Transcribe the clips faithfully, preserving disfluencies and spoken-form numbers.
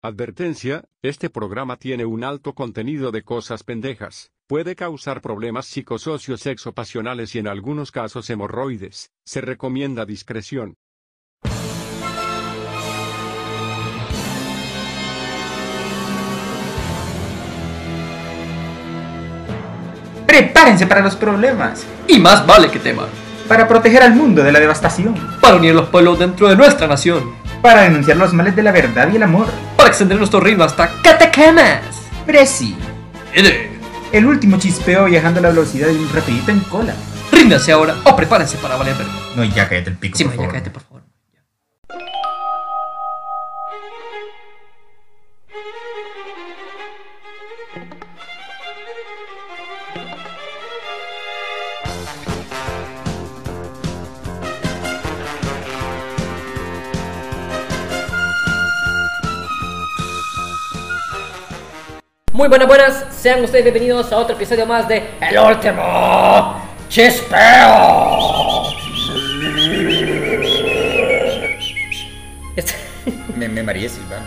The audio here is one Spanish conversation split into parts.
Advertencia, este programa tiene un alto contenido de cosas pendejas. Puede causar problemas psicosocios sexopasionales y en algunos casos hemorroides. Se recomienda discreción. Prepárense para los problemas, Y más vale que teman, para proteger al mundo de la devastación, para unir los pueblos dentro de nuestra nación, para denunciar los males de la verdad y el amor. para extender nuestro ritmo hasta Catacamas. Prezi, Ede. el último chispeo viajando a la velocidad de un rapidito en cola. Ríndanse ahora o prepárense para valer verga. No, ya cállate el pico, Sí, por ma, ya favor. cállate, por favor. Muy buenas, buenas, sean ustedes bienvenidos a otro episodio más de El Último Chispeo. Este, Me, me mareé silbando.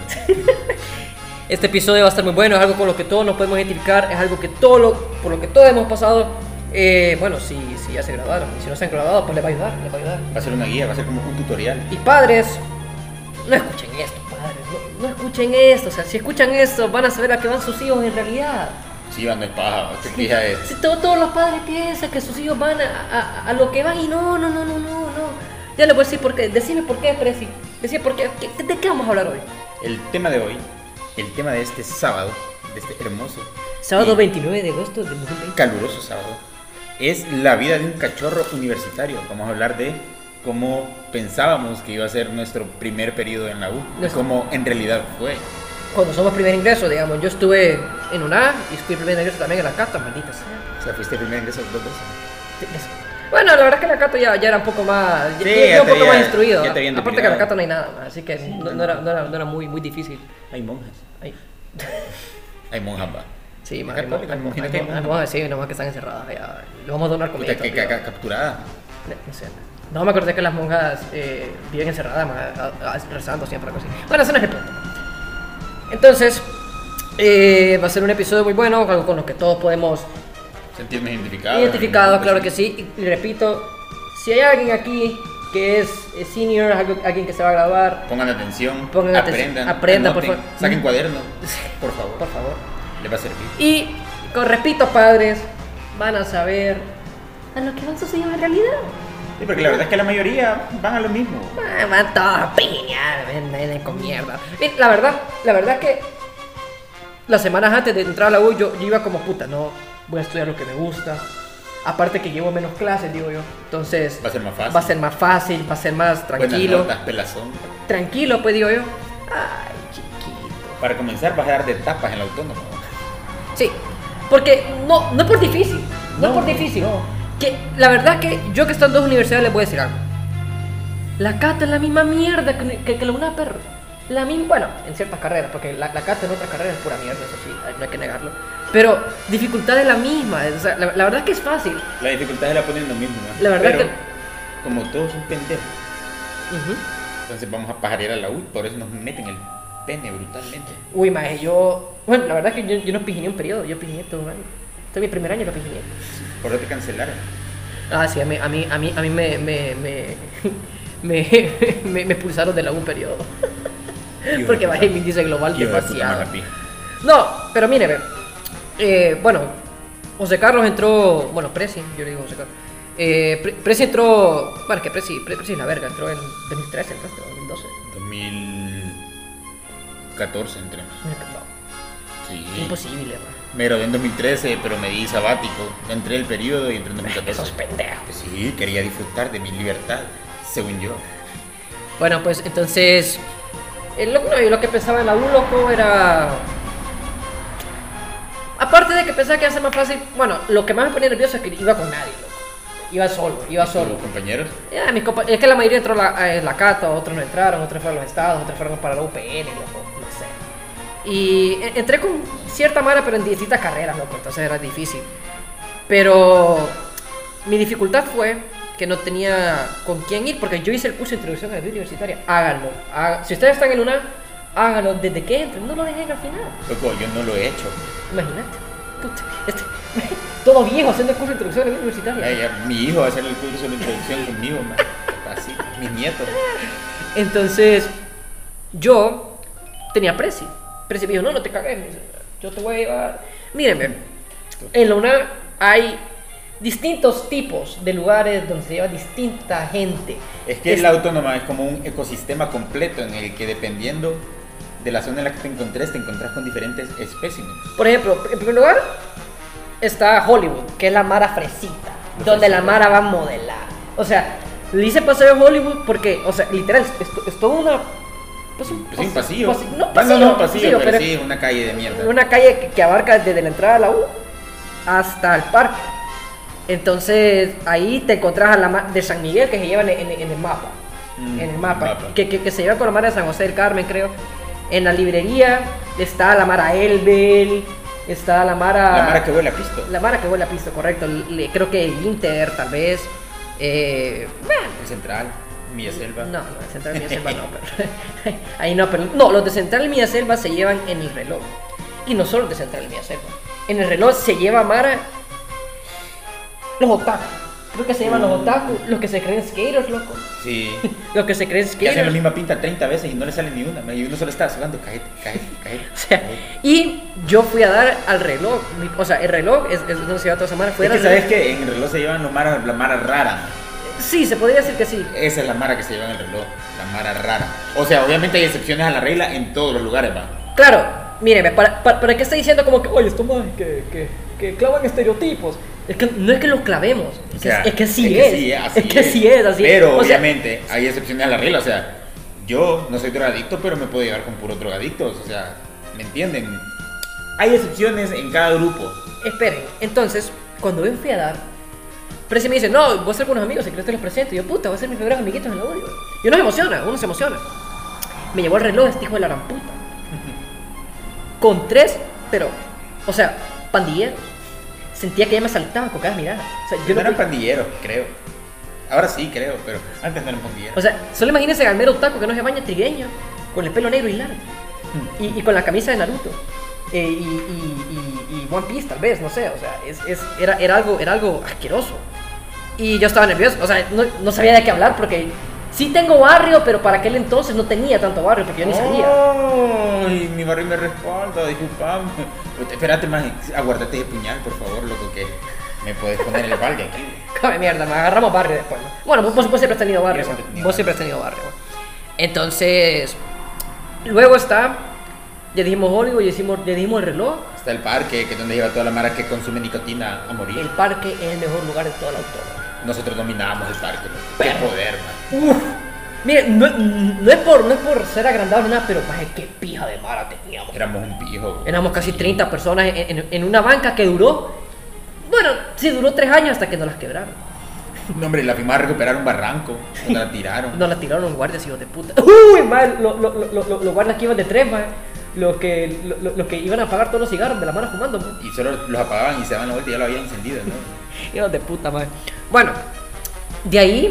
este episodio va a estar muy bueno, es algo con lo que todos nos podemos identificar, es algo que todo lo, por lo que todos hemos pasado. Eh, bueno, si, si ya se graduaron, y si no se han graduado, pues les va a ayudar, les va a ayudar. Va a ser una guía, va a ser como un tutorial. Y padres, no escuchen esto, padres, no, no escuchen esto, o sea, si escuchan esto van a saber a qué van sus hijos en realidad. Sí, no es paja, ¿qué pija es? Si todo- todos los padres piensan que sus hijos van a, a- a lo que van y no, no, no, no, no, no. Ya les voy a decir por qué, decime por qué, Preci, decime por qué, ¿Qué- ¿de qué vamos a hablar hoy? El tema de hoy, el tema de este sábado, de este hermoso, Sábado y veintinueve de agosto de dos mil veinte. caluroso sábado, es la vida de un cachorro universitario. Vamos a hablar de cómo pensábamos que iba a ser nuestro primer periodo en la U y Nuestro- cómo en realidad fue. Cuando somos primer ingreso, digamos, yo estuve en UNA y fui primer ingreso también en la Cata, maldita sea. O sea, fuiste primer ingreso dos veces. Bueno, la verdad es que la Cato ya, ya era un poco más, Sí, ya, ya ya un te poco había- más instruido. ya te habían Aparte que en la depilado. Cato no hay nada, así que no, no era, no, era, no era muy, muy difícil. Hay monjas, Ay. hay monjas, va. Sí, más Hay católicas, imagínate que hay monjas. vamos a decir, nomás que están encerradas. Ya. Le vamos a donar comida. Puta, que tío. ca- capturada. No, no sé. No me acordé que las monjas eh, viven encerradas, más, a- a- rezando siempre, algo así. Bueno, eso no es el punto. Entonces, eh, va a ser un episodio muy bueno, algo con lo que todos podemos Sentirme identificado. identificado, claro que sí. Y, y repito, si hay alguien aquí que es eh, senior, algo- alguien que se va a graduar, Pongan atención, Pongan atención, aprendan, aprendan, por anoten, favor. saquen cuaderno, por favor, por favor. les va a servir. Y, con, repito, padres, van a saber a lo que van sus hijos en realidad. Sí, porque la verdad es que la mayoría van a lo mismo. Ah, van todos a piñar, ven, ven con mierda. Bien, La verdad, la verdad es que las semanas antes de entrar a la U yo, yo iba como puta, no, voy a estudiar lo que me gusta. Aparte que llevo menos clases, digo yo. Entonces Va a ser más fácil. va a ser más fácil, va a ser más Buenas tranquilo. notas, pelazón. Tranquilo, pues digo yo. Ay, chiquito. Para comenzar vas a dar de tapas en la autónoma. Sí, porque no, no es por difícil, no, No, es por difícil. no. Que la verdad que yo que estoy en dos universidades les voy a decir algo. La Cata es la misma mierda que, que, que la UNA, perro. La misma, bueno, en ciertas carreras, porque la, la Cata en otras carreras es pura mierda, eso sí, no hay que negarlo. Pero dificultad es la misma, o sea, la, la verdad es que es fácil. La dificultad se la ponen lo mismo, ¿no? La verdad Pero, que- como todos son pendejos, Ujú. entonces vamos a pajarear a la U, por eso nos meten el pene brutalmente. Uy, maje, yo, bueno, la verdad es que yo, yo no pijiné un periodo, yo pijiné todo un año. Este es mi primer año que pijiné. Por eso te cancelaron. Ah, sí, a mí, a mí, a mí, a mí me, me, me, me, me, me expulsaron de la un periodo. Hijo Porque de bajé puta. mi índice global Hijo de puta demasiado. mala pija. No, pero mire, ve, eh, bueno, José Carlos entró, bueno, Presi, yo le digo José Carlos. Eh, Pre- Presi entró, bueno, que Presi, Pre- Presi es la verga, entró en dos mil trece, entraste, dos mil doce. dos mil catorce entré. No, Sí. imposible, man. Me gradué en dos mil trece, pero me di sabático. Entré el periodo y entré en dos mil catorce. Esos pendejos. Pues sí, quería disfrutar de mi libertad, según yo. Bueno, pues entonces, el loco, no, yo lo que pensaba en la U, loco, era... Aparte de que pensaba que iba a ser más fácil, bueno, lo que más me ponía nervioso es que iba con nadie, loco. Iba solo, iba solo. ¿Tus compañeros? Ya, mis compa- es que la mayoría entró a la, a la Cata, otros no entraron, otros fueron a los estados, otros fueron para la U P N, loco, no sé. Y e- entré con cierta mara, pero en distintas carreras, loco, entonces era difícil. Pero mi dificultad fue que no tenía con quién ir, porque yo hice el curso de introducción a la vida universitaria. Háganlo. haga- Si ustedes están en una, hágalo desde que entren, no lo dejen al final. Loco, yo no lo he hecho. Imagínate. Puta, este, todo viejo haciendo el curso de introducción a la universitaria. Ay, ya, mi hijo va a hacer el curso de introducción conmigo, man. Así, mis nietos. Entonces, yo tenía Prezi. Prezi me dijo, no, no te cagues, yo te voy a llevar. Mírenme, en la UNAM hay distintos tipos de lugares donde se lleva distinta gente. Es que es, la autónoma es como un ecosistema completo en el que dependiendo de la zona en la que te encontres, te encontrás con diferentes espécimes. Por ejemplo, en primer lugar está Hollywood, que es la Mara fresita, Lo donde fresita. La Mara va a modelar. O sea, le hice paseo a Hollywood porque, o sea, literal, es, es toda una... Pues un, pues un pasillo. pasillo. No, pasillo, no, no, un pasillo, pasillo, pero, pero sí, es una calle de mierda. Una calle que, que abarca desde la entrada a la U hasta el parque. Entonces, ahí te encontrás a la Mara de San Miguel, que se lleva en, en, en el mapa. Mm, en el mapa. mapa. Que, que, que se lleva con la Mara de San José del Carmen, creo. En la librería está la Mara Elbel, está la Mara... La Mara que huele a pisto. La Mara que huele a pisto, correcto. Le, creo que el Inter, tal vez. Eh, bueno. El Central, Milla Selva. No, no, el Central Milla Selva no, pero... ahí no, pero... No, los de Central Milla Selva se llevan en el reloj. Y no solo los de Central Milla Selva. En el reloj se lleva Mara... Los otaku. Creo que se llaman los otaku, los que se creen skaters, loco. Sí. Los que se creen skaters. Que hacen la misma pinta treinta veces y no le sale ni una. Y uno solo está jugando, cállate, cállate, cállate. O sea, y yo fui a dar al reloj. O sea, el reloj es, es donde se lleva toda semana. Es que sabes que en el reloj se llevan los maras, la mara rara. Sí, se podría decir que sí. Esa es la mara que se lleva en el reloj, la mara rara. O sea, obviamente hay excepciones a la regla en todos los lugares, va. Claro, míreme, ¿para, para, para qué está diciendo como que, oye, esto más que, que, que clavan estereotipos? Es que no es que los clavemos, es, o sea, que, es que sí es. Es que sí es, así es. Que sí es, así pero es. obviamente sea, hay excepciones a la regla, o sea, yo no soy drogadicto, pero me puedo llevar con puros drogadictos, o sea, ¿me entienden? Hay excepciones en cada grupo. Esperen, entonces, cuando yo fui a dar, Preci me dice, no, voy a ser con unos amigos, si querés te los presento. Y yo, puta, voy a ser mis primeros amiguitos en la U. Y uno se emociona, uno se emociona. Me llevó el reloj este hijo de la gran puta. Con tres, pero, o sea, pandilleros. Sentía que ella me saltaba con cada mirada. O sea, yo no no eran fui... pandilleros, creo. Ahora sí, creo, pero antes no eran pandilleros. O sea, solo imagínense al mero taco que no se baña trigueño, con el pelo negro y largo. y, y con la camisa de Naruto. Eh, y, y, y, y One Piece tal vez, no sé, o sea, es, es, era, era, algo, era algo asqueroso. Y yo estaba nervioso, o sea, no, no sabía de qué hablar porque sí tengo barrio, pero para aquel entonces no tenía tanto barrio porque yo ni salía. Ay, mi barrio me respalda, disculpame. Espérate más, aguárdate de puñal, por favor, loco, que me puedes poner el balde aquí. Come mierda, me agarramos barrio después, ¿no? Bueno, vos, vos siempre has tenido barrio, siempre tenido vos barrio. siempre has tenido barrio. Entonces, luego está, ya dijimos Hollywood, ya dijimos, ya dijimos el reloj. Está el parque, que es donde lleva toda la mara que consume nicotina a morir. El parque es el mejor lugar de toda la autónoma. Nosotros dominábamos el parque, ¿no? Qué poder, man. Uf. Mire, no, no, es por, no es por ser agrandados ni nada, pero maje, qué pija de mara teníamos. Éramos un pijo. Éramos casi treinta personas en, en, en una banca que duró, bueno, sí, duró tres años hasta que nos las quebraron. No, hombre, la fuimos a recuperar un barranco, nos la tiraron. Nos la tiraron los guardias, hijos de puta. Uy, mal, los lo, lo, lo, lo guardias que iban de tres, man. Los que, lo, lo que iban a apagar todos los cigarros de la mano fumando, man. Y solo los apagaban y se daban la vuelta y ya lo habían encendido, ¿no? Hijos de puta, man. Bueno, de ahí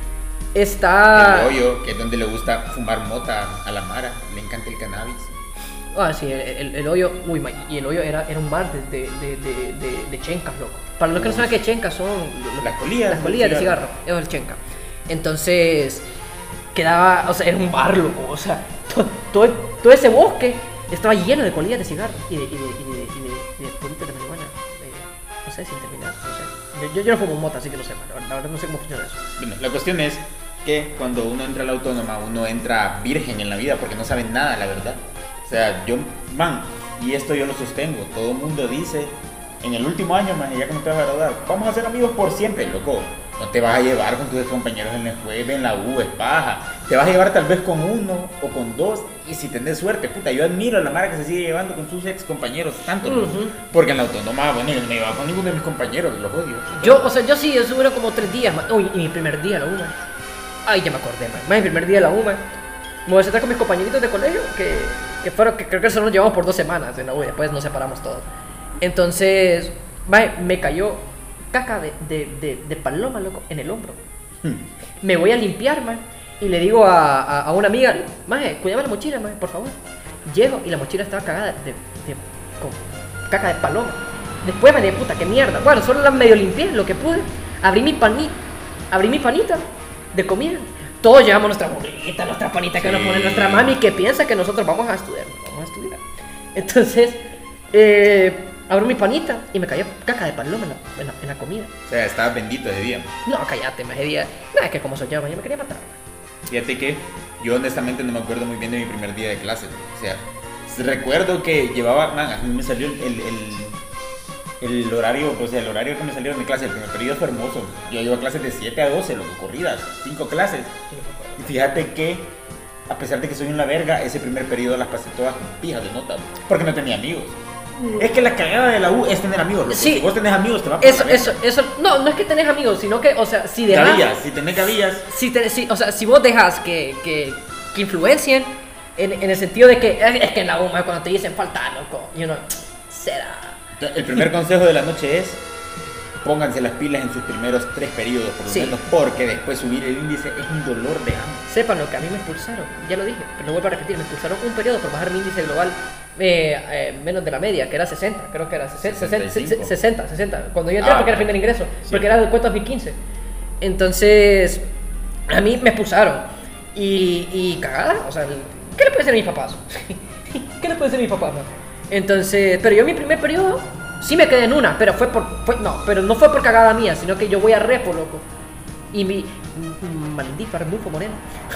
está... El hoyo, que es donde le gusta fumar mota a la mara, le encanta el cannabis. Ah, sí, el, el, el hoyo, uy, man, y el hoyo era, era un bar de, de, de, de, de, de chencas, loco. Para los que no saben que chencas son... Lo, las colillas. Las colillas de cigarro, eso es el chenca. Entonces, quedaba, o sea, era un bar, loco, o sea, todo, todo, todo ese bosque estaba lleno de colillas de cigarro y de, y de, y de, y de, de politas de marihuana. Eh, no sé, sin terminar, no sé. Yo, yo no fumo mota, así que no sé, la verdad no sé cómo funciona eso. Bueno, la cuestión es que cuando uno entra a la autónoma, uno entra virgen en la vida porque no sabe nada, la verdad. O sea, yo, man, y esto yo lo sostengo, todo el mundo dice, en el último año, man, ya como te vas a graduar, vamos a ser amigos por siempre, loco. No te vas a llevar con tus compañeros en la escuela, en la U, es paja. Te vas a llevar tal vez con uno o con dos, y si tenés suerte, puta, yo admiro a la mara que se sigue llevando con sus ex compañeros, tanto, ¿no? Uh-huh. Porque en la autónoma, bueno, yo no me llevaba con ninguno de mis compañeros, los odio. Yo, o sea, yo sí, eso duró como tres días, man. Uy, y mi primer día, la U, man. Ay, ya me acordé, man. Man, mi primer día, la U, man. Me voy a sentar con mis compañeritos de colegio, que, que fueron, que creo que solo nos llevamos por dos semanas en la U, y después nos separamos todos. Entonces, man, me cayó caca de, de, de, de paloma, loco, en el hombro. Hmm. Me voy a limpiar, man, y le digo a, a, a una amiga, maje, cuidame la mochila, maje, por favor. Llego y la mochila estaba cagada de, de, con caca de paloma. Después me dije, puta, qué mierda. Bueno, solo la medio limpié, lo que pude. Abrí mi panita, abrí mi panita de comida. Todos llevamos nuestra burrita, nuestra panita que sí. Nos pone nuestra mami, que piensa que nosotros vamos a estudiar. Vamos a estudiar. Entonces, eh, abro mi panita y me cayó caca de paloma en la, en la, en la comida. O sea, estaba bendito ese día. No, cállate, ese día. No, es que como soy yo, yo me quería matar. Fíjate que yo honestamente no me acuerdo muy bien de mi primer día de clase. O sea, recuerdo que llevaba, man, a mí me salió el, el, el, el horario, pues el horario que me salió de mi clase, el primer periodo fue hermoso. Yo iba a clases de siete a doce, loco, corridas, cinco clases. Y fíjate que, a pesar de que soy una verga, ese primer periodo las pasé todas con pijas de nota, porque no tenía amigos. Es que la cagada de la U es tener amigos. Loco. Sí. Si vos tenés amigos, te va a pasar. Eso, eso, eso. No, no es que tenés amigos, sino que, o sea, si dejas. Cabillas, si tenés cabillas. Si, te, si, o sea, si vos dejas que, que, que influencien, en, en el sentido de que es que en la U, cuando te dicen falta, loco, y uno, será. El primer consejo de la noche es: pónganse las pilas en sus primeros tres periodos, por lo sí. menos, porque después subir el índice es un dolor de amo. Sepan lo que a mí me expulsaron, ya lo dije, pero lo vuelvo a repetir, me expulsaron un periodo por bajar mi índice global eh, eh, menos de la media, que era sesenta, creo que era sesenta, sesenta, sesenta, cuando yo entré, ah, porque era el primer ingreso, sí. Porque era del cuento dos mil quince. Entonces, a mí me expulsaron, y, y cagada, o sea, ¿qué le puede decir a mis papás? ¿Qué le puede decir a mis papás? Man? Entonces, pero yo en mi primer periodo sí me quedé en una, pero fue por, fue, no, pero no fue por cagada mía, sino que yo voy a repo, loco. Y mi maldito Arnulfo Moreno,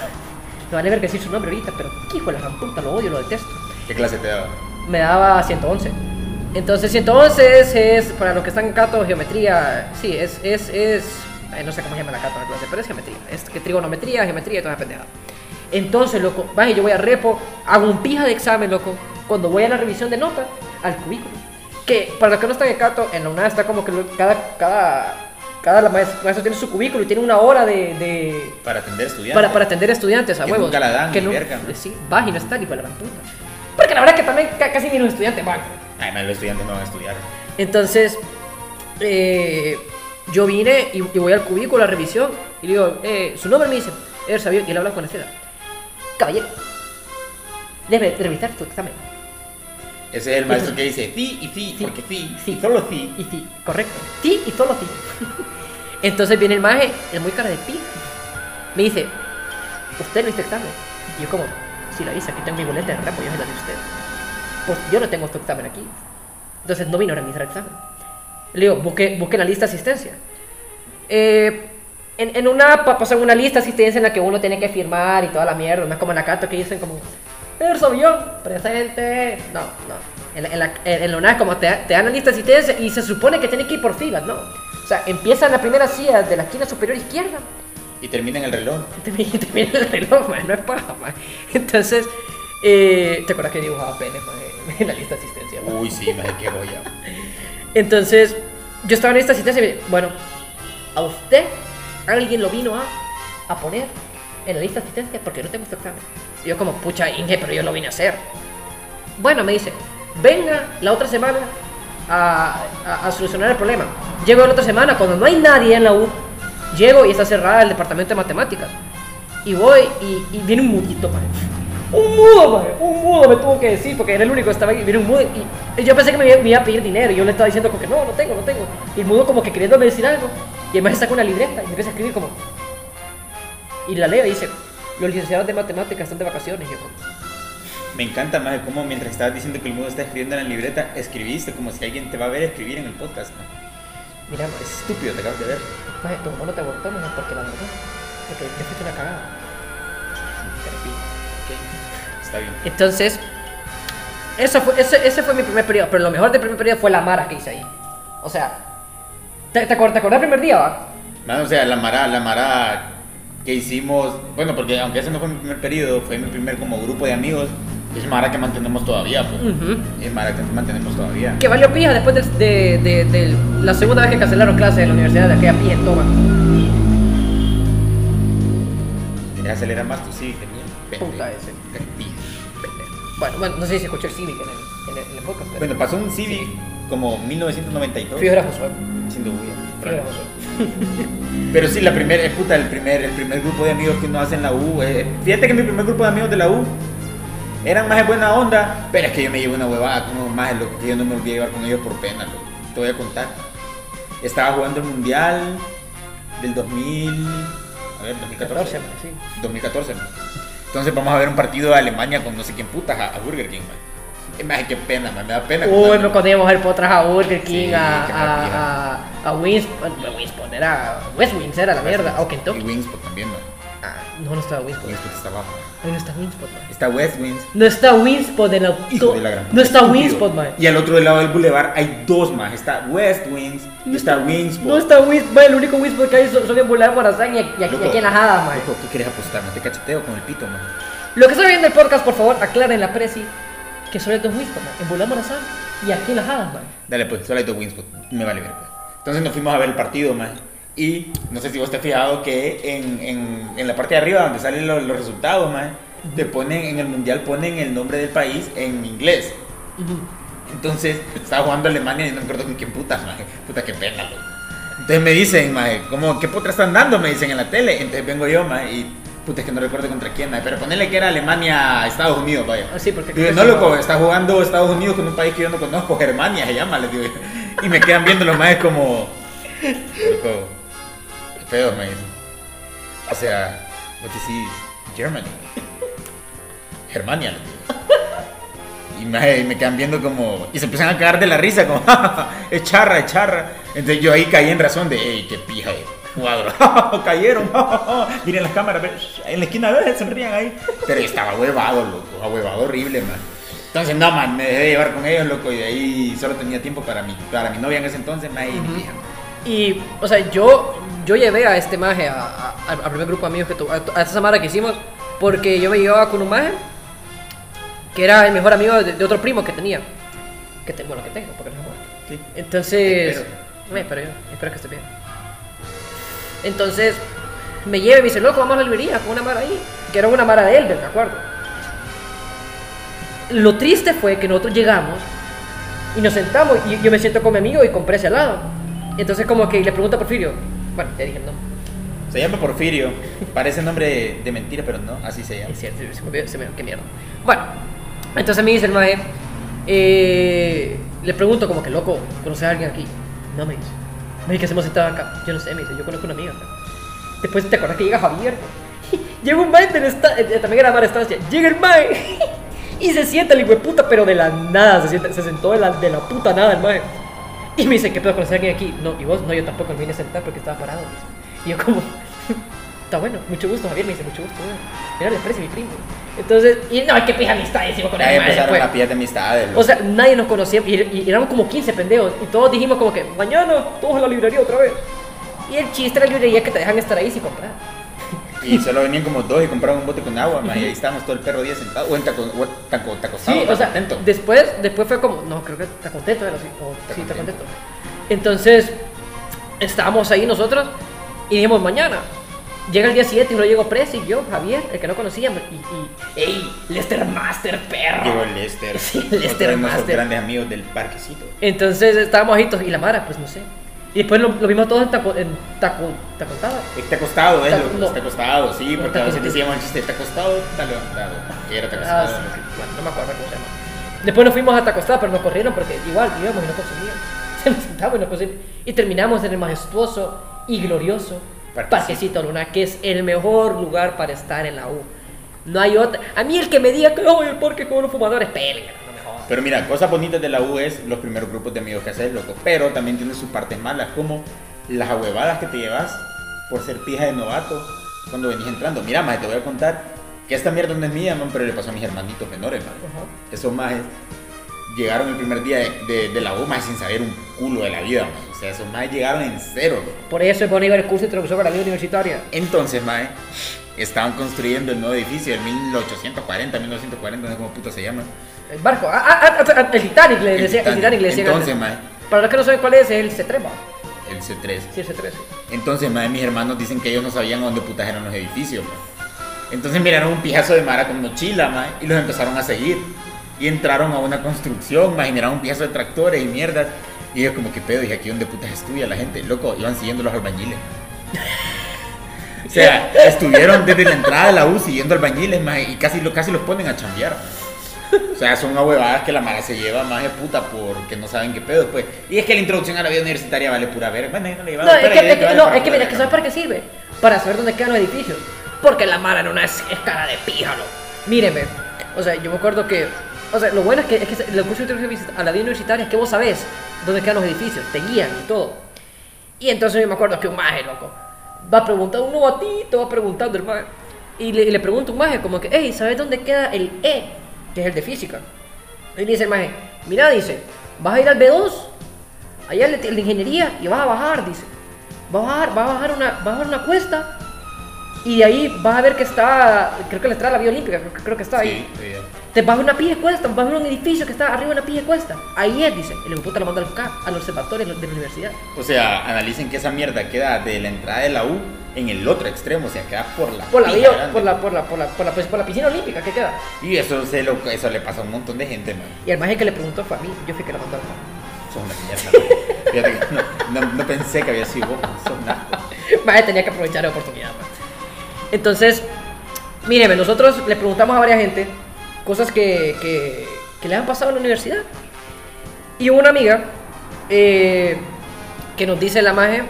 me vale ver que decir su nombre ahorita, pero qué hijo de la gran puta, lo odio, lo detesto. ¿Qué clase te daba? Me daba ciento once. Entonces ciento once es, es para los que están en Cato, geometría, sí, es, es, es, ay, no sé cómo se llama la Cato la clase, pero es geometría, es que trigonometría, geometría y toda esa pendejada. Entonces, loco, vaya, yo voy a repo, hago un pija de examen, loco, cuando voy a la revisión de nota, al cubículo. Que para los que no están en Cato, en la UNAD está como que cada, cada, cada maestro tiene su cubículo y tiene una hora de... de para atender estudiantes. Para, para atender estudiantes, a que huevos. Nunca la dan, que no, verga, ¿no? Sí, baja y no está ni para la gran puta. Porque la verdad es que también casi ni los estudiantes van. Ay, man, los estudiantes no van a estudiar. Entonces, eh, yo vine y, y voy al cubículo a la revisión y le digo, eh, su nombre me dice, Eder Sabio, y él habla con Estela. Caballero, debe revisar tu examen. Ese es el maestro que dice sí y sí, sí porque sí, sí, solo sí. Y sí, correcto. Sí y solo sí. Entonces viene el maje, el muy cara de pi. Me dice, ¿usted no hizo examen? Y yo como, si lo hice, aquí tengo mi boleta de repo, yo se la di a usted. Pues yo no tengo este examen aquí. Entonces no vino a revisar el examen. Le digo, busque, busque la lista de asistencia. Eh, en, en una, pasan una lista de asistencia en la que uno tiene que firmar y toda la mierda. No es como en la Cato que dicen como... Eder Sabio, presente. No, no. En la, en la, en la UNAD como te, te dan la lista de asistencia y se supone que tiene que ir por filas, ¿no? O sea, empieza en la primera silla de la esquina superior izquierda. Y termina en el reloj. Y termina, y termina en el reloj, man, no es paja, man. Entonces, eh, ¿te acuerdas que dibujaba pene, man, en la lista de asistencia? Man? Uy, sí, me qué joya. Entonces, yo estaba en esta asistencia y me dije, bueno, a usted alguien lo vino a, a poner en la lista de asistencia porque no tengo este examen. Y yo como, pucha, Inge, pero yo lo vine a hacer. Bueno, me dice, venga la otra semana a, a, a solucionar el problema. Llego la otra semana, cuando no hay nadie en la U, llego y está cerrada el departamento de matemáticas. Y voy y, y viene un mudito, man. Un mudo, man. Un mudo me tuvo que decir, porque era el único que estaba ahí. Viene un mudo y, y yo pensé que me iba, me iba a pedir dinero. Y yo le estaba diciendo como que no, no tengo, no tengo. Y el mudo como que queriéndome decir algo. Y además saca una libreta y me empieza a escribir como... Y la leo y dice, los licenciados de matemáticas están de vacaciones. Y yo como... Me encanta más cómo mientras estabas diciendo que el mudo está escribiendo en la libreta, escribiste como si alguien te va a ver escribir en el podcast, ¿no? Mira, es estúpido, te acabas de ver. Maje, tu mamá no te abortó, maje, porque la verdad, porque yo fuiste una cagada. Ok, está bien. Entonces, eso fue, ese, ese fue mi primer periodo, pero lo mejor del primer periodo fue la mara que hice ahí. O sea, ¿te, te, acuerdas, ¿te acuerdas del primer día, va? Man, o sea, la mara, la mara que hicimos, bueno, porque aunque ese no fue mi primer periodo, fue mi primer como grupo de amigos. Es mara que mantenemos todavía, pues. Uh-huh. Es mara que mantenemos todavía. Que valió pija después de, de, de, de la segunda vez que cancelaron clases en la universidad de aquella pija en Toma. Quería acelerar más tu Civic, tenía. Puta ese. Bueno, bueno, no sé si se escuchó el Civic en el, en el, en el podcast. Pero... Bueno, pasó un Civic sí. como mil novecientos noventa y dos. Fijo era Josué. Haciendo bulla. Fijo era Josué. Pero sí, la primera, es puta, el primer, el primer grupo de amigos que uno hace en la U. Eh, fíjate que mi primer grupo de amigos de la U eran más de buena onda, pero es que yo me llevo una huevada con unos más, loco, que yo no me olvidé llevar con ellos por pena, loco. Te voy a contar. Estaba jugando el mundial del dos mil. A ver, dos mil catorce. catorce, sí. dos mil catorce. Entonces vamos a ver un partido de Alemania con no sé quién putas a, a Burger King, man. Más qué pena, man, me da pena. Uy, me cuando íbamos a ir potras a Burger King, Sí, a, qué a, a, a Winston, no, Winston, era West Wings, era la mierda, o Y Kentucky. Wingspot también, man. Ah, no, no estaba Winston. Wingspot está abajo. Ahí no está Winspot, man. Está West Wings. No está Winspot en la... Hijo de la gran No puta, está estúpido. Winspot, man. Y al otro lado del boulevard hay dos más. Está West Wings y está Wingspot. No está Winspot, man. El único Winspot que hay son, son en Boulevard Morazán y aquí, y aquí, Loco, y aquí en las Hadas, man. Loco, ¿qué quieres apostar? ¿No te cacheteo con el pito, man? Lo que estoy viendo el podcast, por favor, aclaren la presi que solo hay dos Winspot, man. En Boulevard Morazán y aquí en las Hadas, man. Dale, pues, solo hay dos Wingspot. Me vale ver, pues. Entonces nos fuimos a ver el partido, man. Y no sé si vos te has fijado que en, en, en la parte de arriba donde salen los, los resultados, man, te ponen, en el mundial ponen el nombre del país en inglés. Uh-huh. Entonces estaba jugando Alemania y no me acuerdo con quién putas, man. Puta, qué pena, loco. Entonces me dicen, man, como, ¿qué putas están dando? Me dicen en la tele. Entonces vengo yo, man, y puta, es que no recuerdo contra quién, man. Pero ponele que era Alemania, Estados Unidos, vaya. Ah, sí, porque... Digo, no, loco, está jugando Estados Unidos con un país que yo no conozco, Germania se llama, les digo. Y me quedan viendo los más como, loco, qué feo, me dicen. O sea, what is this? Germany. Germania, les digo. Y me, y me quedan viendo como, y se empiezan a cagar de la risa, como, es charra, es charra. Entonces yo ahí caí en razón de, ey, qué pija de jugador. Cayeron, miren las cámaras, en la esquina, a ver, sonrían ahí. Pero estaba huevado, loco, huevado horrible, man. Entonces, no, man, me dejé de llevar con ellos, loco, y de ahí solo tenía tiempo para mi, para mi novia en ese entonces, man, y mi Uh-huh. pija. Y, o sea, yo, yo llevé a este maje, a, a- al primer grupo de amigos que tuvo, a, a esa semana que hicimos, porque yo me llevaba con un maje que era el mejor amigo de, de otro primo que tenía. Que te, bueno, que tengo, porque no se muerto. Sí. Entonces, Espero. me espero yo, espero que esté bien. Entonces, me lleva y me dice, loco, vamos a la librería con una mara ahí, que era una mara de él, me acuerdo. Lo triste fue que nosotros llegamos y nos sentamos y yo me siento con mi amigo y compré ese al lado. Entonces como que le pregunta a Porfirio, bueno, ya dije el nombre. Se llama Porfirio, parece nombre de, de mentira, pero no, así se llama. Es cierto, se me olvidó, se me qué mierda. Bueno, entonces me dice el mae, eh, le pregunto como que, loco, ¿conoces a alguien aquí? No, me dice. Me dice que hacemos sentado acá. Yo no sé, me dice, yo conozco una amiga acá. Después te acuerdas que llega Javier. Llega un mae del esta- eh, también era Mar Estancia. Llega el mae y se sienta el hijo de puta, pero de la nada, se, sienta, se sentó de la, de la puta nada el mae. Y me dice, ¿qué puedo conocer a alguien aquí? No, y vos, no, yo tampoco me vine a sentar porque estaba parado. Dice. Y yo como, está bueno, mucho gusto, Javier, me dice, mucho gusto, bueno. Mira, le aprecio mi primo. Entonces, y no, qué pija amistad, decimos con Ahí el mae empezaron después. la pilla de amistades. O sea, nadie nos conocía y, y éramos como quince pendejos y todos dijimos como que mañana todos a la librería otra vez. Y el chiste de la librería es que te dejan estar ahí sin comprar. Y solo venían como dos y compraban un bote con agua, man, y ahí estábamos todo el perro día sentado. O en taco, o taco, taco, Sí, o sea, después, después fue como, no, creo que está contento, era así, o Está sí, está contento. contento. Entonces, estábamos ahí nosotros y dijimos mañana. Llega el día siguiente y no llegó Presi, yo, Javier, el que no conocíamos, y, y ¡ey! Lester Master, perro. Llegó el Lester. Sí, Otro Lester de nuestros Master. grandes amigos del parquecito. Entonces estábamos ahí todos, y la Mara, pues no sé. Y después lo, lo vimos todos en taco, en taco, tacontada. Está acostado, es Taco- lo no. está acostado, sí, No, porque a taco- veces decíamos el chiste, está acostado, está levantado. Que era está Ah, acostado. sí, bueno, no me acuerdo cómo se llama. Después nos fuimos a Tacostada, pero nos corrieron porque igual íbamos y no consumíamos. Nos sentamos y no consumíamos. Y terminamos en el majestuoso y glorioso Parquecito. Parquecito Luna, que es el mejor lugar para estar en la U. No hay otra. A mí el que me diga que no voy al parque con los fumadores, pélgalo, no me jodas. Pero mira, cosas bonitas de la U es los primeros grupos de amigos que haces, loco. Pero también tiene sus partes malas, como las ahuevadas que te llevas por ser pija de novato cuando venís entrando. Mira, maje, te voy a contar que esta mierda no es mía, man, pero le pasó a mis hermanitos menores, man. Ajá. Esos majes llegaron el primer día de, de, de la U, maje, sin saber un culo de la vida, man. O sea, esos majes llegaron en cero, loco. Por eso es bueno ir al curso de introducción a la vida universitaria. Entonces, maje, estaban construyendo el nuevo edificio del mil ochocientos cuarenta, mil novecientos cuarenta, no sé cómo puto se llama. El barco. Ah, ah, ah, ah, el Titanic le El decía. El Titanic le decían Entonces, antes. maje, Para los que no saben cuál es, es el C tres, ¿va? el C tres. Sí, el C tres. Sí. Entonces, madre, mis hermanos dicen que ellos no sabían dónde putas eran los edificios, ma. Entonces miraron un pijazo de mara con mochila, ma, y los empezaron a seguir. y entraron a una construcción, más generaron piezas de tractores y mierdas. Y ellos como, ¿qué pedo? Y aquí donde putas estudia la gente. Loco, iban siguiendo los albañiles. O sea, estuvieron desde la entrada de la U siguiendo albañiles, maje, y casi, lo, casi los ponen a chambear. O sea, son una huevada que la mara se lleva más de puta porque no saben qué pedo, pues. Y es que la introducción a la vida universitaria vale pura verga. Bueno, no le llevaba, No, es que, pero es que, vale no, para es que pura mira, que verga. ¿sabes para qué sirve? Para saber dónde quedan los edificios. Porque la mara no es, es cara de píjaro. Míreme, o sea, yo me acuerdo que, o sea, lo bueno es que, es que el curso de introducción a la vida universitaria es que vos sabés dónde quedan los edificios, te guían y todo. Y entonces yo me acuerdo que un maje, loco, va preguntando, un novatito va preguntando el maje, y le, y le pregunta un maje como que, hey, ¿sabes dónde queda el E? Que es el de física. Y dice el maje, mira, dice, vas a ir al B dos, allá el de, el de ingeniería, y vas a bajar, dice, vas a bajar, vas a bajar una, vas a bajar una cuesta, y de ahí vas a ver que está, creo que la entrada a la Vía Olímpica, creo, creo que está ahí. Sí, sí. Te vas a una pija de cuesta, vas a ver un edificio que está arriba de una pija de cuesta. Ahí es, dice. El puta lo manda al F K, al observatorio de la universidad. O sea, analicen que esa mierda queda de la entrada de la U en el otro extremo, o sea, queda por la Por la, pija vía, grande. por, la, por, la, por, la, por, la, pues, por la piscina olímpica que queda. Y eso, se lo, eso le pasa a un montón de gente, man. Y el maje que le preguntó fue a mí, yo fui que lo mandó al F K. Son una mierda. Fíjate que no, no, no pensé que había sido vos, son una... Maje tenía que aprovechar la oportunidad, man. Entonces, míreme, nosotros le preguntamos a varias gente cosas que, que, que le han pasado en la universidad. Y hubo una amiga eh, que nos dice la maje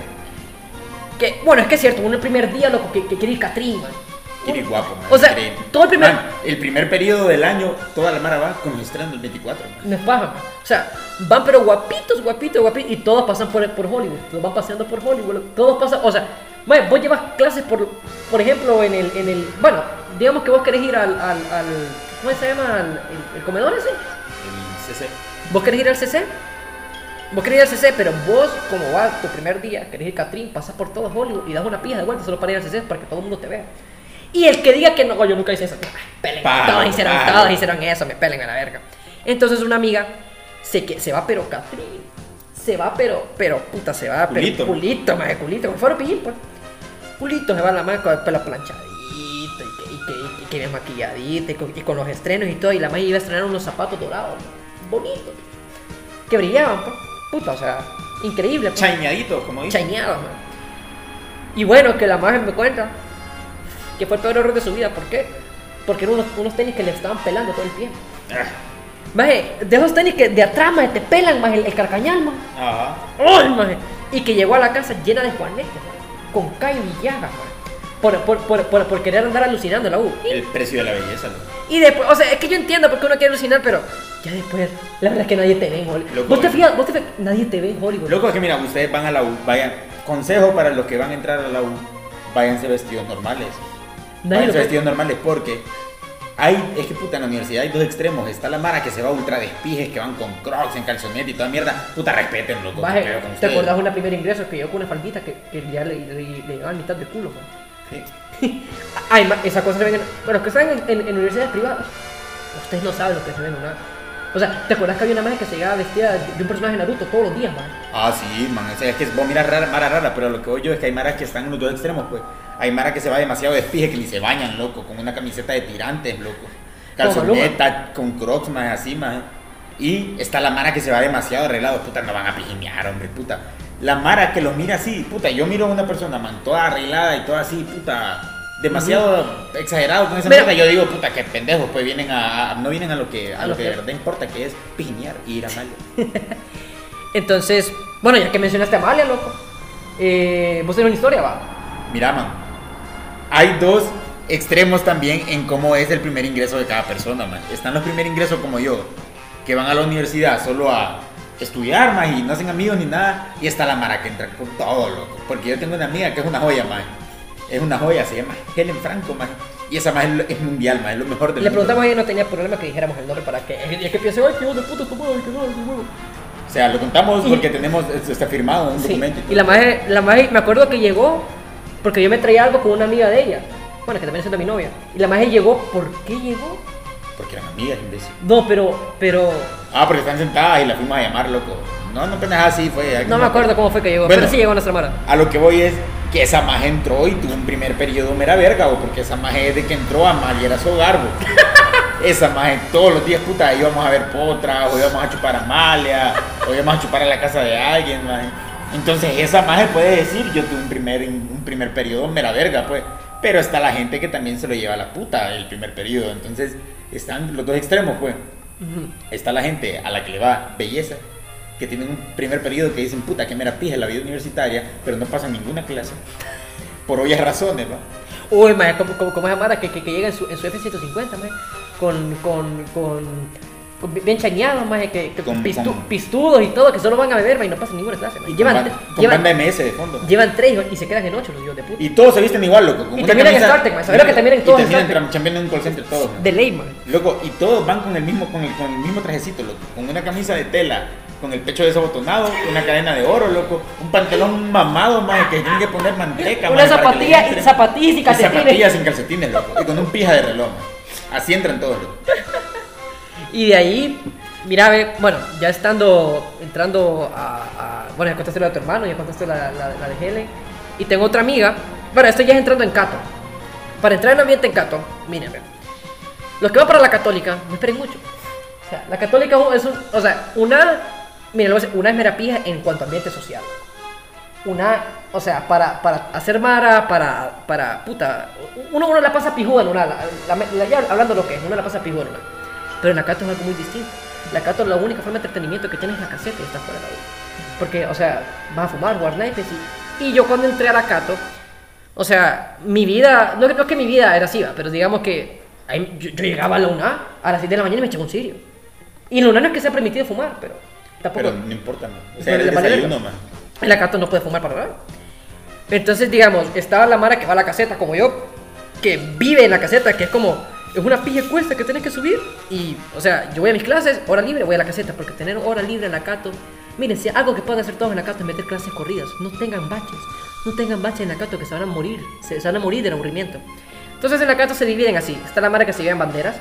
que, bueno, es que es cierto, uno el primer día loco que, que quiere ir Catrín, man. Quiere guapo, man. O sea, Quiere- todo el primer... Man, el primer periodo del año, toda la mara va con los estrenos del veinticuatro, man. No es paja, man. O sea, van pero guapitos, guapitos, guapitos. Y todos pasan por, por Hollywood. Todos van paseando por Hollywood. Todos pasan, o sea, man, vos llevas clases por, por ejemplo, en el, en el, bueno, digamos que vos querés ir al, al, al ¿cómo se llama? Al, el, el comedor ese. El C C. ¿Vos querés ir al C C? Vos querés ir al C C, pero vos, como va tu primer día, querés ir Catrín, pasas por todo Hollywood y das una pija de vuelta solo para ir al C C para que todo el mundo te vea. Y el que diga que no, yo nunca hice eso, pelen, Palo, todos hicieron, palo. todos hicieron eso, me pelen a la verga. Entonces una amiga se, que, se va pero Catrín, se va pero, pero puta, se va Culito. pero culito, más de culito, como fuera pillín, pues. Culito se va la mano con el pelo planchadito y que, y que, y que bien maquilladito y con, y con los estrenos y todo. Y la magia iba a estrenar unos zapatos dorados, bonitos, que brillaban, pues. Puta, o sea, increíble, pues. Chaineadito, como dice. Chaineados, man. Y bueno, que la magia me cuenta que fue el peor error de su vida. ¿Por qué? Porque eran unos, unos tenis que le estaban pelando todo el pie. Ah, Maje, de esos tenis que de atrás, maje, te pelan, maje, el, el carcañal, maje. Ajá. ¡Ay, maje! Y que llegó a la casa llena de juanetes, maje, con callo y llagas, maje. Por, por, por, por, por querer andar alucinando en la U. El precio de la belleza, ¿no? Y después, o sea, es que yo entiendo por qué uno quiere alucinar, pero ya después, la verdad es que nadie te ve en Hollywood. Loco, ¿Vos te eh. fijas? ¿Vos te fijas? Nadie te ve en Hollywood. Loco, es que mira, ustedes van a la U, vayan. Consejo para los que van a entrar a la U, váyanse vestidos normales. Nadie Váyanse lo ve. vestidos normales porque hay, es que puta, en la universidad hay dos extremos. Está la mara que se va ultra despijes, que van con crocs, en calzonete y toda mierda. Puta, respeten, loco. Maje, qué pedo con ¿te ustedes. acordás de una primer ingreso que llegó con una faldita que, que ya le, le, le llegaba a mitad de culo, man? Sí. Ay, ma- esa cosa se ven en, bueno, que están en, en, en universidades privadas. Ustedes no saben lo que se ven en una. O sea, ¿te acuerdas que había una magia que se llegaba vestida de, de un personaje de Naruto todos los días, man? Ah, sí, man. O sea, es que vos miras rara, mara rara, pero lo que voy yo es que hay maras que están en los dos extremos, pues. Hay mara que se va demasiado despije, que ni se bañan, loco, con una camiseta de tirantes, loco. Calzoneta, con crocs, más así, más. Y está la mara que se va demasiado arreglado, puta, no van a pijinear, hombre, puta. La mara que lo mira así, puta, yo miro a una persona, man, toda arreglada y toda así, puta, demasiado exagerado con esa Mira. mierda. Yo digo, puta, qué pendejos, pues vienen a, a- no vienen a lo que, a, A lo lo que que- de verdad importa, que es pijinear y ir a mal. Entonces, bueno, ya que mencionaste a Amalia, loco, eh, vos tenés una historia, va. Mira, man, hay dos extremos también en cómo es el primer ingreso de cada persona, man. Están los primer ingresos como yo, que van a la universidad solo a estudiar, man, y no hacen amigos ni nada. Y está la mara que entra con todo, loco. Porque yo tengo una amiga que es una joya, man. Es una joya, se llama Helen Franco, man. Y esa más es, es mundial, man, es lo mejor del Le mundo. preguntamos a ella, no tenía problema que dijéramos el nombre para que. Y es que piense, ay, qué hijo de puta tu madre, que no, que no. O sea, lo contamos Y- porque tenemos, está firmado un Sí, documento y todo. y la maje, la maje, me acuerdo que llegó porque yo me traía algo con una amiga de ella, bueno, que también es de mi novia. Y la maje llegó, ¿por qué llegó? Porque eran amigas, imbécil. No, pero, pero, Ah, porque están sentadas y la fuimos a llamar, loco. No, no pendeja así, fue. no me acuerdo cómo fue que llegó, Bueno. pero sí llegó nuestra mara. A lo que voy es que esa maje entró y tuvo un primer periodo mera verga, o porque esa maje desde que entró a mal y era su garbo. esa maje todos los días, puta, íbamos a ver potras, o íbamos a chupar a Amalia, o íbamos a chupar a la casa de alguien, maje. Entonces esa maje puede decir, yo tuve un primer, un primer periodo mera verga, pues. Pero está la gente que también se lo lleva a la puta el primer periodo. Entonces están los dos extremos, pues. Uh-huh. Está la gente a la que le va belleza, que tienen un primer periodo que dicen, puta, que mera pija la vida universitaria, pero no pasan ninguna clase. Por obvias razones, ¿no? Uy, maje, como, como, como esa mara que, que, que llega en su, en su F ciento cincuenta, maje, con, con, con, con bien chañados, maje, que, que con, pistu, con, pistudos y todo, que solo van a beber, maje, y no pasan ninguna clase, maje. Llevan, con, con llevan, banda M S de fondo. Llevan tres y se quedan en ocho los hijos de puta. Y todos se visten igual, loco. Con y una también camisa, en StarTech, maje, sabes lo que también en todos y en terminan chambeando en un call center todos, ¿no? De ley, maje. Loco, y todos van con el mismo, con el, con el mismo trajecito, loco, con una camisa de tela, con el pecho desabotonado, una cadena de oro, loco, un pantalón mamado, maje, que tienen que poner manteca, una zapatilla y zapatillas y calcetines. Y zapatillas sin calcetines, loco, y con un pija de reloj, maje. Así entran todos, loco. Y de ahí, mira, ve, bueno, ya estando, entrando a, a bueno, ya contaste lo de tu hermano, ya contaste la, la, la de Helen, y tengo otra amiga, bueno, esto ya es entrando en Cato. Para entrar en un ambiente en Cato, miren, los que van para la católica, no esperen mucho. O sea, la católica es un, o sea, una, miren, una es mera pija en cuanto a ambiente social. Una, o sea, para, para hacer mara, para, para, puta, uno, uno la pasa pijuda en una, la, la, la, ya hablando lo que es, uno la pasa pijuda en una. Pero en la Cato es algo muy distinto. La Cato, la única forma de entretenimiento que tienes es la caseta y estás fuera de la U. Porque, o sea, vas a fumar, jugar naipes y... Y yo cuando entré a la Cato, o sea, mi vida, no, no es que mi vida era así, pero digamos que ahí, yo, yo llegaba a la UNA a las seis de la mañana y me echaba un cirio. Y en la UNA no es que sea permitido fumar, pero tampoco... Pero no importa, ¿no? O sea, el desayuno, man. En la Cato no puede fumar para nada. Entonces, digamos, estaba la mara que va a la caseta, como yo, que vive en la caseta, que es como... Es una pilla cuesta que tienes que subir. Y, o sea, yo voy a mis clases, hora libre, voy a la caseta. Porque tener hora libre en la Cato... Miren, si algo que pueden hacer todos en la Cato es meter clases corridas. No tengan baches. No tengan baches en la Cato que se van a morir. Se, se van a morir del aburrimiento. Entonces en la Cato se dividen así. Está la mara que se lleva en banderas.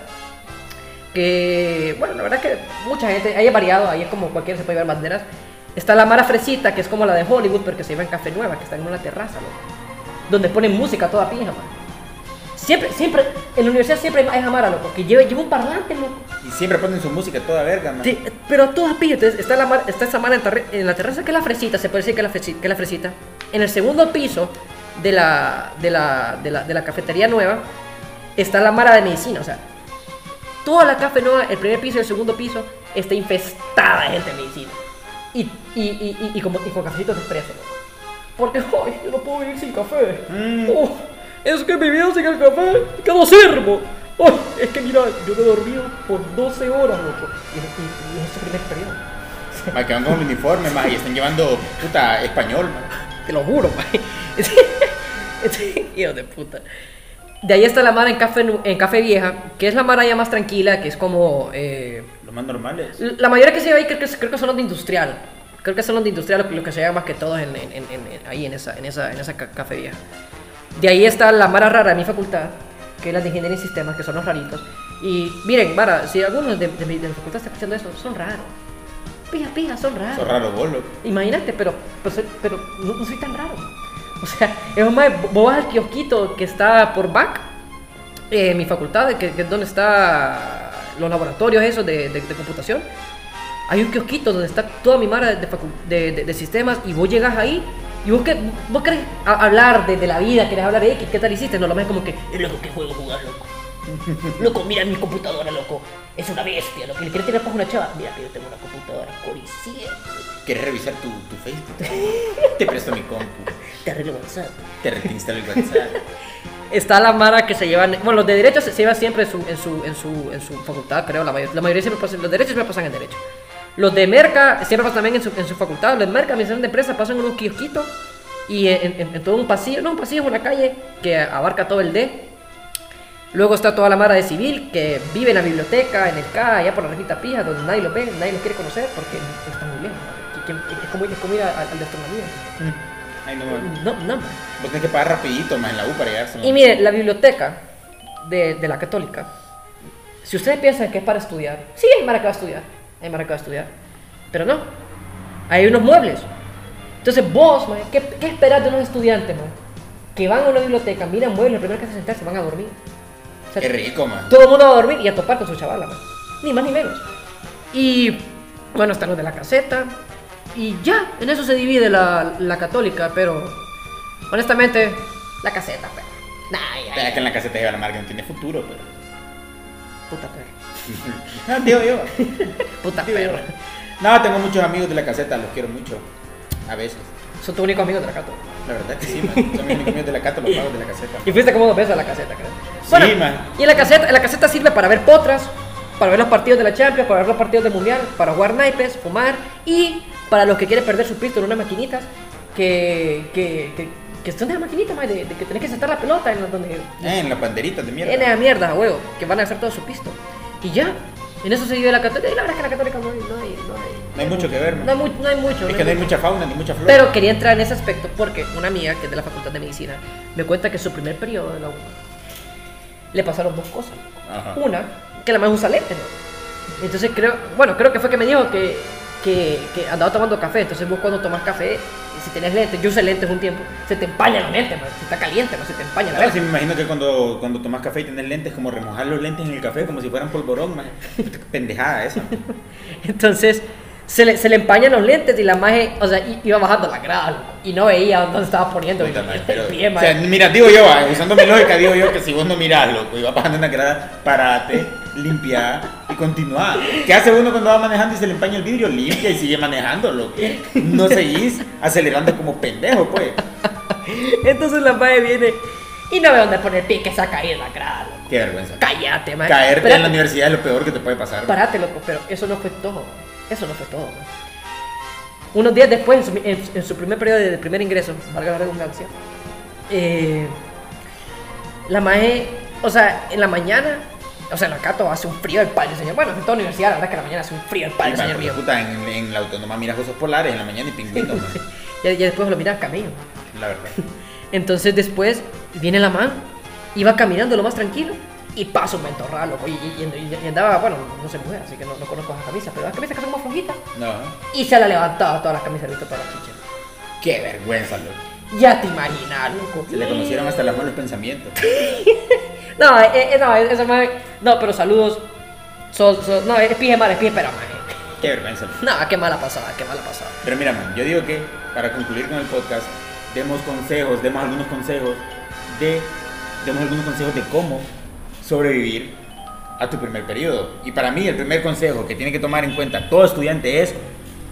Que, bueno, la verdad es que mucha gente... Ahí es variado, ahí es como cualquiera se puede llevar banderas. Está la mara fresita, que es como la de Hollywood, pero que se lleva en Café Nueva, que está en una terraza, ¿no? Donde ponen música toda pija, man. Siempre, siempre, en la universidad siempre hay jamara, loco, que lleva, lleva un parlante, loco. Y siempre ponen su música toda verga, man. Sí, pero toda pilla. Entonces está, la mar, está esa mara en, terre, en la terraza que es la fresita, se puede decir que es la fresita, que es la fresita. En el segundo piso de la, de, la, de, la, de la cafetería nueva está la mara de medicina, o sea, toda la café nueva, el primer piso y el segundo piso, está infestada de gente de medicina. Y, y, y, y, y, como, y con cafecitos de expreso, loco. Porque, ay, yo no puedo vivir sin café. Mm. Oh, es que mi vida sin el café quedó servo. Oh, es que mira, yo me he dormido por doce horas, loco. Y, y, y es su primer periodo. Ma, que van con el uniforme, ma, y están llevando, puta, español, ma. Te lo juro, ma. Hijo de puta. De ahí está la mara en Café, en Café Vieja, que es la mara ya más tranquila, que es como... Eh, Lo más normal es. La mayoría que se ve ahí creo que, creo que son los de industrial. Creo que son los de industrial lo, lo que se llama más que todos en, en, en, en, ahí en esa, en esa, en esa Café Vieja. De ahí está la mara rara de mi facultad, que es la de Ingeniería en Sistemas, que son los raritos. Y miren, mara, si algunos de, de, de mi facultad están escuchando eso, son raros. Pija, pija, son raros. Son raros vos, loco. Imagínate, pero, pero, pero no, no soy tan raro. O sea, es más, vos vas al kiosquito que está por B A C, eh, mi facultad, que, que es donde está los laboratorios esos de, de, de computación. Hay un kiosquito donde está toda mi mara de, de, de, de sistemas y vos llegas ahí y vos, que, vos querés hablar de, de la vida, querés hablar de X, ¿qué tal hiciste? No, lo más es como que, eh, loco, ¿qué juego jugás, loco? Loco, mira mi computadora, loco. Es una bestia, loco. ¿Le querés tirar para una chava? Mira que yo tengo una computadora Core i siete. ¿Querés revisar tu, tu Facebook? Te presto mi compu. Te arreglo WhatsApp. Te reinstalo el WhatsApp. Está la mara que se llevan... Bueno, los de derecho se, se llevan siempre en su, en su, en su, en su facultad, creo. La, mayor, la mayoría siempre pasan... Los derechos siempre pasan en derecho. Los de Merca siempre pasan también en su, en su facultad. Los de Merca, administración de empresas, pasan en un kiosquito y en, en, en todo un pasillo. No, un pasillo es una calle que abarca todo el D. Luego está toda la mara de civil que vive en la biblioteca, en el K, allá por la revista Pija, donde nadie lo ve, nadie lo quiere conocer porque está muy lejos. Es como, es como ir al, al de astronomía. Mm. Ay, no, man. No, no. Vos tenés que pagar rapidito, más en la U para llegar. Y mire, la biblioteca de, de la Católica, si ustedes piensan que es para estudiar, sí, hay mara que va a estudiar, hay mara que va a estudiar, pero no, hay unos muebles. Entonces vos, man, ¿qué, qué esperás de unos estudiantes, man? Que van a una biblioteca, miran muebles, lo primero que hacen es sentarse, van a dormir. O sea, Qué rico, man. todo el mundo va a dormir y a topar con su chavala, man. Ni más ni menos. Y bueno, están los de la caseta. Y ya, en eso se divide la, la católica, pero honestamente, la caseta, pero. Nah, ya, Espera ya. que en la caseta lleva la marca, no tiene futuro, pero. Puta perro. No, digo yo. Puta Digo yo. perro. No, tengo muchos amigos de la caseta, los quiero mucho. A veces. Son tus únicos amigos de la cato. La verdad que sí, man. Son mis amigos de la cata, los pagos de la caseta. Y fuiste como dos veces a la caseta, creo. Sí, Bueno, man. y en la caseta, en la caseta sirve para ver potras, para ver los partidos de la Champions, para ver los partidos del Mundial, para jugar naipes, fumar y para los que quieren perder su pisto en unas maquinitas que, que, que, que son de las maquinitas, man, de, de que tenés que sentar la pelota en las donde... Eh, en las banderitas de mierda. En esa mierda, huevo, que van a hacer todo su pisto. Y ya, en eso se vive la católica. Y la verdad es que la católica no hay... No hay, no hay, No hay mucho que ver, man. no hay, mu- no hay mucho. Es que no hay mucha fauna ni mucha flora. Pero quería entrar en ese aspecto porque una amiga que es de la Facultad de Medicina me cuenta que su primer periodo de la U le pasaron dos cosas. Ajá. Una, que la más usa lentes, ¿no? Entonces creo, bueno, creo que fue que me dijo que, que, que andaba tomando café. Entonces vos cuando tomas café, si tenés lentes, yo usé lentes un tiempo, se te empañan los lentes, man. Si está caliente, no se te empaña la Ahora verdad. sí me imagino que cuando, cuando tomas café y tienes lentes, como remojar los lentes en el café como si fueran polvorón, man. Pendejada esa. Entonces se le, se le empañan los lentes y la maje, o sea, i- iba bajando la grada, loco, y no veía dónde estaba poniendo Puta el, madre, el pero- pie, o man. sea, mira, digo yo, ah, usando mi lógica, digo yo que si vos no mirás, loco, y vas bajando una grada, parate, limpia y continúa. ¿Qué hace uno cuando va manejando y se le empaña el vidrio? Limpia y sigue manejando, loco. No seguís acelerando como pendejo, pues. Entonces la maje viene y no ve dónde poner el pie, que se ha caído en la grada, loco. Qué vergüenza. Cállate, man. Caerte Espérate. en la universidad es lo peor que te puede pasar. Parate, loco, pero eso no fue todo. Eso no fue todo. Man. Unos días después, en su, en- en su primer periodo de primer ingreso, valga la redundancia, eh, la maje, o sea, en la mañana, o sea, en la Cato hace un frío del padre, señor. Bueno, en toda universidad, la verdad es que en la mañana hace un frío del padre, Sí, man, señor porque, mío. puta, en, en la autónoma miras osos polares en la mañana y pingüinos, man. Ya, ya después lo mira camello. La verdad. Entonces después viene la man, iba caminando lo más tranquilo y pasa un ventorral, loco, y, y- y- y andaba, bueno, no se mujer, así que no, no conozco esa camisa, pero las camisas que son como flojitas. No. Y se la levantaba todas las camisas, ¿viste? Todas las chichas. Qué vergüenza, loco. Ya te imaginas, loco. Se le conocieron hasta los malos pensamientos. No, eh, eh, no, esa madre. No, pero saludos. So- so- no, es pije mala, es pije pero madre. Qué vergüenza, loco. No, qué mala pasada, qué mala pasada. Pero mira, man, yo digo que para concluir con el podcast, demos consejos, demos algunos consejos de, demos algunos consejos de cómo sobrevivir a tu primer periodo. Y para mí el primer consejo que tiene que tomar en cuenta todo estudiante es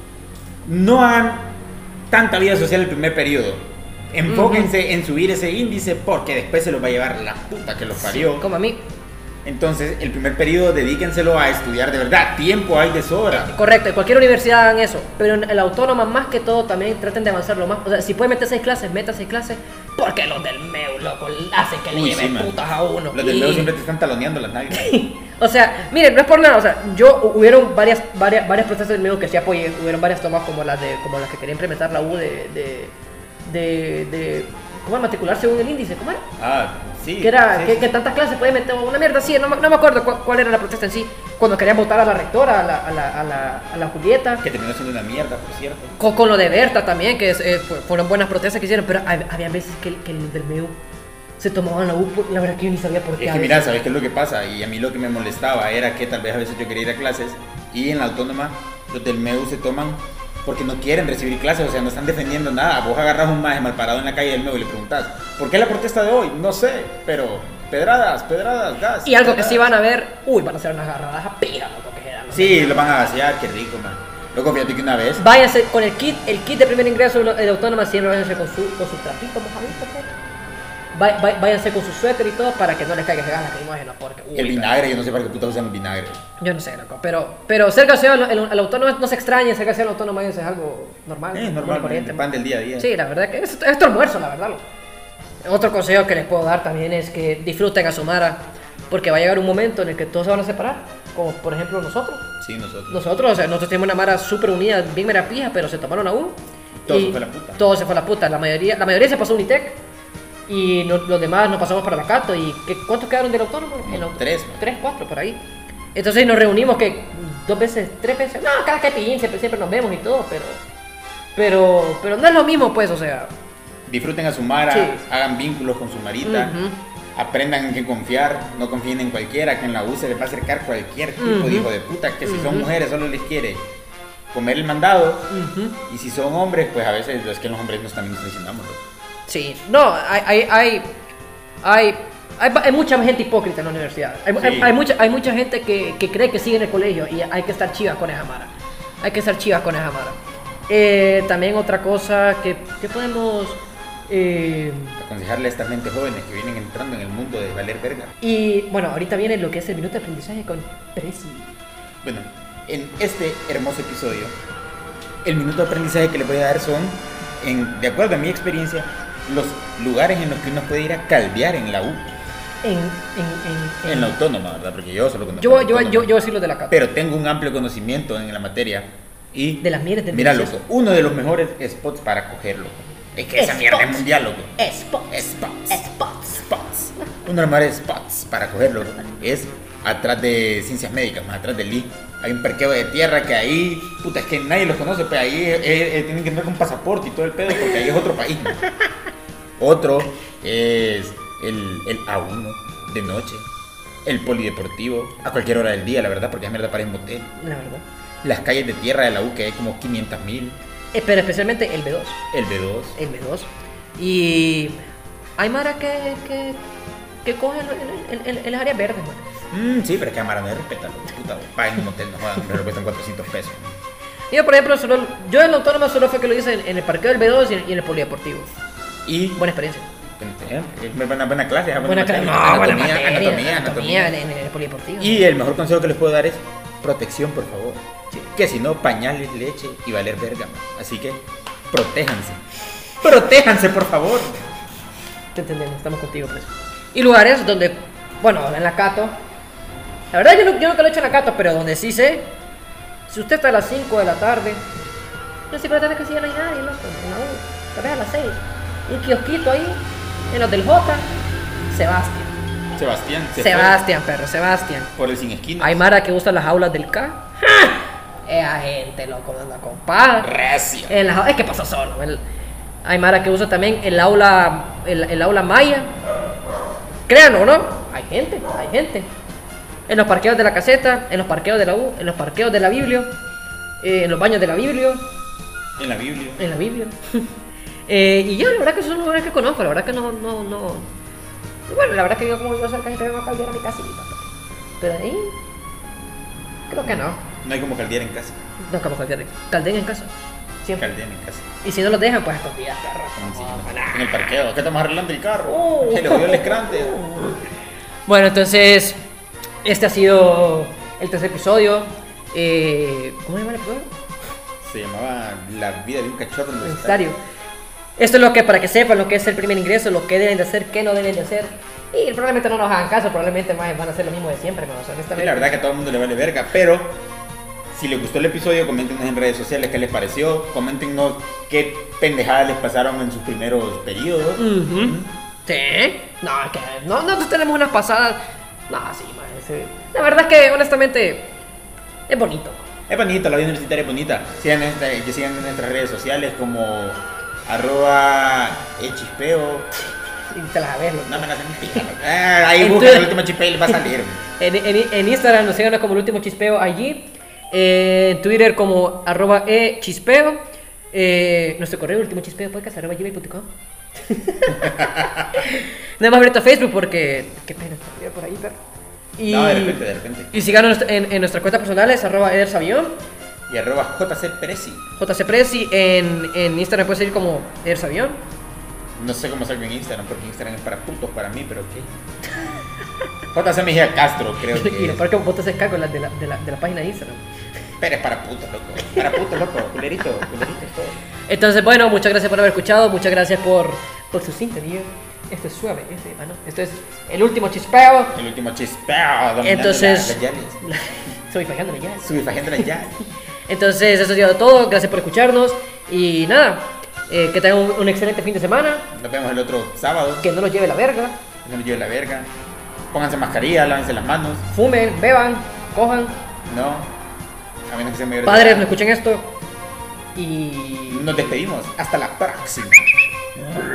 no hagan tanta vida social el primer periodo. Enfóquense en subir ese índice porque después se los va a llevar la puta que los parió. Como a mí. Entonces, el primer periodo dedíquenselo a estudiar de verdad. Tiempo hay de sobra. Correcto, en cualquier universidad hagan eso. Pero en el autónoma, más que todo, también traten de avanzar lo más. O sea, si pueden meter seis clases, metan seis clases. Porque los del M E U, loco, hacen que le Uy, lleven sí, man. putas a uno. Los del Y- medio siempre te están taloneando las nalgas. O sea, miren, no es por nada, o sea, yo hubieron varias, varias, varias protestas del medio que sí apoyé, hubieron varias tomas como las de, como las que quería implementar la U de, de, de, de ¿cómo era? Matricular según el índice, ¿cómo era? Ah, sí. Que era, sí, que, sí. que tantas clases puede meter, una mierda así, no, me- no me acuerdo cuál, cuál era la protesta en sí, cuando querían votar a la rectora, a la, a la, a la, a la Julieta, Que terminó siendo una mierda, por cierto. con, con lo de Berta también, que es, eh, fue- fueron buenas protestas que hicieron, pero hab- había veces que, que los del M E U se tomaban la U, por- la verdad que yo ni sabía por qué. Es a que veces. mira, ¿sabes qué es lo que pasa? Y a mí lo que me molestaba era que tal vez a veces yo quería ir a clases y en la autónoma los del M E U se toman porque no quieren recibir clases, o sea, no están defendiendo nada. Vos agarras un maje mal parado en la calle del M E U y le preguntás, ¿por qué la protesta de hoy? No sé, pero pedradas, pedradas, gas. Y algo que pedradas. sí van a ver, uy, van a hacer unas agarradas a pira, loco, que eran. Sí, lo van a vaciar, qué rico, man. Loco, fíjate que una vez... Váyanse con el kit, el kit de primer ingreso de autónoma, siempre váyanse con su, con su trapito mojadito, pues. Va- va- Váyanse con su suéter y todo para que no les caiga gas lacrimógeno, porque uy, El vinagre, yo no sé para qué puta usan el vinagre. yo no sé, loco, pero, pero ser gaseado al, al- al autónomo no se extrañe, ser gaseado al autónomo es algo normal. Es común y normal, corriente, el pan del día a día. Sí, la verdad que es, es tu almuerzo, la verdad, loco. Otro consejo que les puedo dar también es que disfruten a su Mara, porque va a llegar un momento en el que todos se van a separar, como por ejemplo nosotros. Sí, nosotros. Nosotros, o sea, nosotros tenemos una Mara súper unida, bien merapija, pero se tomaron a uno. Todo y se fue a la puta. Todo se fue a la puta. La mayoría, la mayoría se pasó a Unitec. Y no- los demás nos pasamos para la Cato. ¿Y qué, cuántos quedaron del autónomo? Como En la- tres, man. Tres, cuatro, por ahí. Entonces nos reunimos que dos veces, tres veces. No, cada que pillín, siempre, siempre nos vemos y todo, pero. Pero, pero no es lo mismo, pues, o sea. Disfruten a su Mara, Sí. hagan vínculos con su marita, Ujú. aprendan en qué confiar, no confíen en cualquiera, que en la U se les va a acercar cualquier tipo Uh-huh. de hijo de puta, que si son Uh-huh. mujeres solo les quiere comer el mandado, Ujú. y si son hombres, pues a veces es que los hombres nos también nos traicionamos. ¿No? Sí, no, hay, hay, hay, hay, hay, hay mucha gente hipócrita en la universidad. Hay, Sí. hay, hay mucha, hay mucha gente que, que cree que sigue en el colegio y hay que estar chivas con esa mara. Hay que estar chivas con esa mara. Eh, también otra cosa que, que podemos... eh, Aconsejarle a estas mentes jóvenes que vienen entrando en el mundo de valer verga. y bueno, ahorita viene lo que es el minuto de aprendizaje con Presi. Bueno, en este hermoso episodio, el minuto de aprendizaje que les voy a dar son, en, de acuerdo a mi experiencia, los lugares en los que uno puede ir a caldear en la U. En, en, en, En la autónoma, ¿verdad? Porque yo solo conozco Yo, la yo, autónoma. yo, yo decir lo de la cata. Pero tengo un amplio conocimiento en la materia. Y De las mieles del mira, delicioso. loco, uno de los mejores spots para cogerlo. Es que esa mierda es Spots. mundial, loco. Spots. Spots. Spots. Spots. Uno de los mejores spots para cogerlo es atrás de Ciencias Médicas, más atrás del I. Hay un parqueo de tierra que ahí, puta, es que nadie los conoce, pero ahí eh, eh, tienen que entrar con pasaporte y todo el pedo, porque ahí es otro país, ¿no? Otro es el, el A uno de noche, el polideportivo, a cualquier hora del día, la verdad, porque es mierda para ir en motel. La verdad. Las calles de tierra de la U, que hay como quinientos mil, Eh, pero especialmente el B dos. el B dos. El B dos. Y hay mara que, que, que coge en, en, en, en las áreas verdes, man. Mm, sí, pero es que Amara no respeta, puta, va en un motel, no jodan, pero cuestan cuatrocientos pesos. Yo, por ejemplo, solo, yo en la autónoma solo fue que lo hice en, en el parqueo del B dos y en, y en el polideportivo. Y Buena experiencia. es buena, buena clase, es Buena materia. clase. No, buena anatomía, materia. anatomía, Anatomía anatomía. en, en el polideportivo. Y el mejor consejo que les puedo dar es protección, por favor. Sí. Que si no, pañales, leche y valer verga, man. Así que, protéjanse. Protéjanse, por favor. Te entendemos, estamos contigo, pues. Y lugares donde, bueno, en la Cato. La verdad, yo, no, yo nunca lo he hecho en la Cato, pero donde sí sé. Si usted está a las cinco de la tarde, no sé, pero tarde casi ya no hay nadie, loco. En la U, tal vez a las seis. Un kiosquito ahí, en los del J. Sebastián. Sebastián, se Sebastián, perro, Sebastián. fue por el sin esquina. Hay mara que usa las aulas del K. ¡Ja! Esa gente, loco, anda compadre. Recio. En la- es que pasó solo. El- hay mara que usa también el aula, el, el aula maya. Créanlo, ¿no? Hay gente, hay gente. En los parqueos de la caseta, en los parqueos de la U, en los parqueos de la Biblia, eh, en los baños de la Biblia, En la Biblia. en la Biblia. Eh, y ya, la verdad que esos son lugares que conozco, la verdad que no, no, no. Bueno, la verdad que yo como vivo cerca y tengo que caldear a mi casita. Pero de ahí, creo que no. No hay como caldear en casa. No, como caldear. Calden en casa. Siempre. Caldear en casa. Y si no los dejan, pues escondidas, perro. Como si- No, para nada. en el parqueo. ¿Qué estamos arreglando el carro? Oh. Se le jodió el escrante. Bueno, entonces, este ha sido el tercer episodio. Eh, ¿Cómo se llama el episodio? Se llamaba La vida de un cachorro Universitario. Esto es lo que, para que sepan lo que es el primer ingreso, lo que deben de hacer, qué no deben de hacer. Y probablemente no nos hagan caso, probablemente más van a hacer lo mismo de siempre, ¿no? O sea, Sí, honestamente. la verdad que a todo el mundo le vale verga, pero si les gustó el episodio, coméntenos en redes sociales qué les pareció, coméntenos qué pendejadas les pasaron en sus primeros periodos. Ujú. Sí. No, que no, nosotros tenemos unas pasadas. No, sí, man, ese- La verdad es que honestamente es bonito. Es bonita, la vida universitaria es bonita. Sigan esta- que sigan en nuestras redes sociales como arroba echispeo. Y te las ves, loco. No me la hacen pija. Ah, ahí En buscan el Twitter- último chispeo y les va a salir. En, en, en Instagram nos siguen como el último chispeo allí. Eh, en Twitter como arroba e chispeo. Eh, nuestro correo último chispeo podcast arroba gmail punto com. No hemos abierto Facebook porque qué pena estar por ahí, perro. Y, No, de repente, de repente. y síganos en, en nuestras cuentas personales arroba edersavión, Y arroba jcpresi. jcpresi. En, en Instagram puedes seguir como edersavión. No sé cómo salgo en Instagram, porque Instagram es para putos para mí, pero ok. J C Mejía Castro, creo que Y lo es. peor que vos te haces caco de la, de, la, de, la, de la página de Instagram. Pero es para putos, loco. Para putos, loco. Culerito, culerito es todo. Entonces, bueno, muchas gracias por haber escuchado, muchas gracias por, por su sintonía. Esto es suave, este, ah, no, esto es el último chispeo. El último chispeo. dominando Entonces, la- las llaves. soy fajándole ya. Subifagendo las llaves. Entonces, eso ha sido todo, gracias por escucharnos y nada, eh, que tengan un, un excelente fin de semana, Nos vemos el otro sábado. que no los lleve la verga, No me lleve la verga. Pónganse mascarilla, lávense las manos. fumen, beban, cojan, No. A menos que sean mayores de padres, edad. no escuchen esto y Nos despedimos. Hasta la próxima.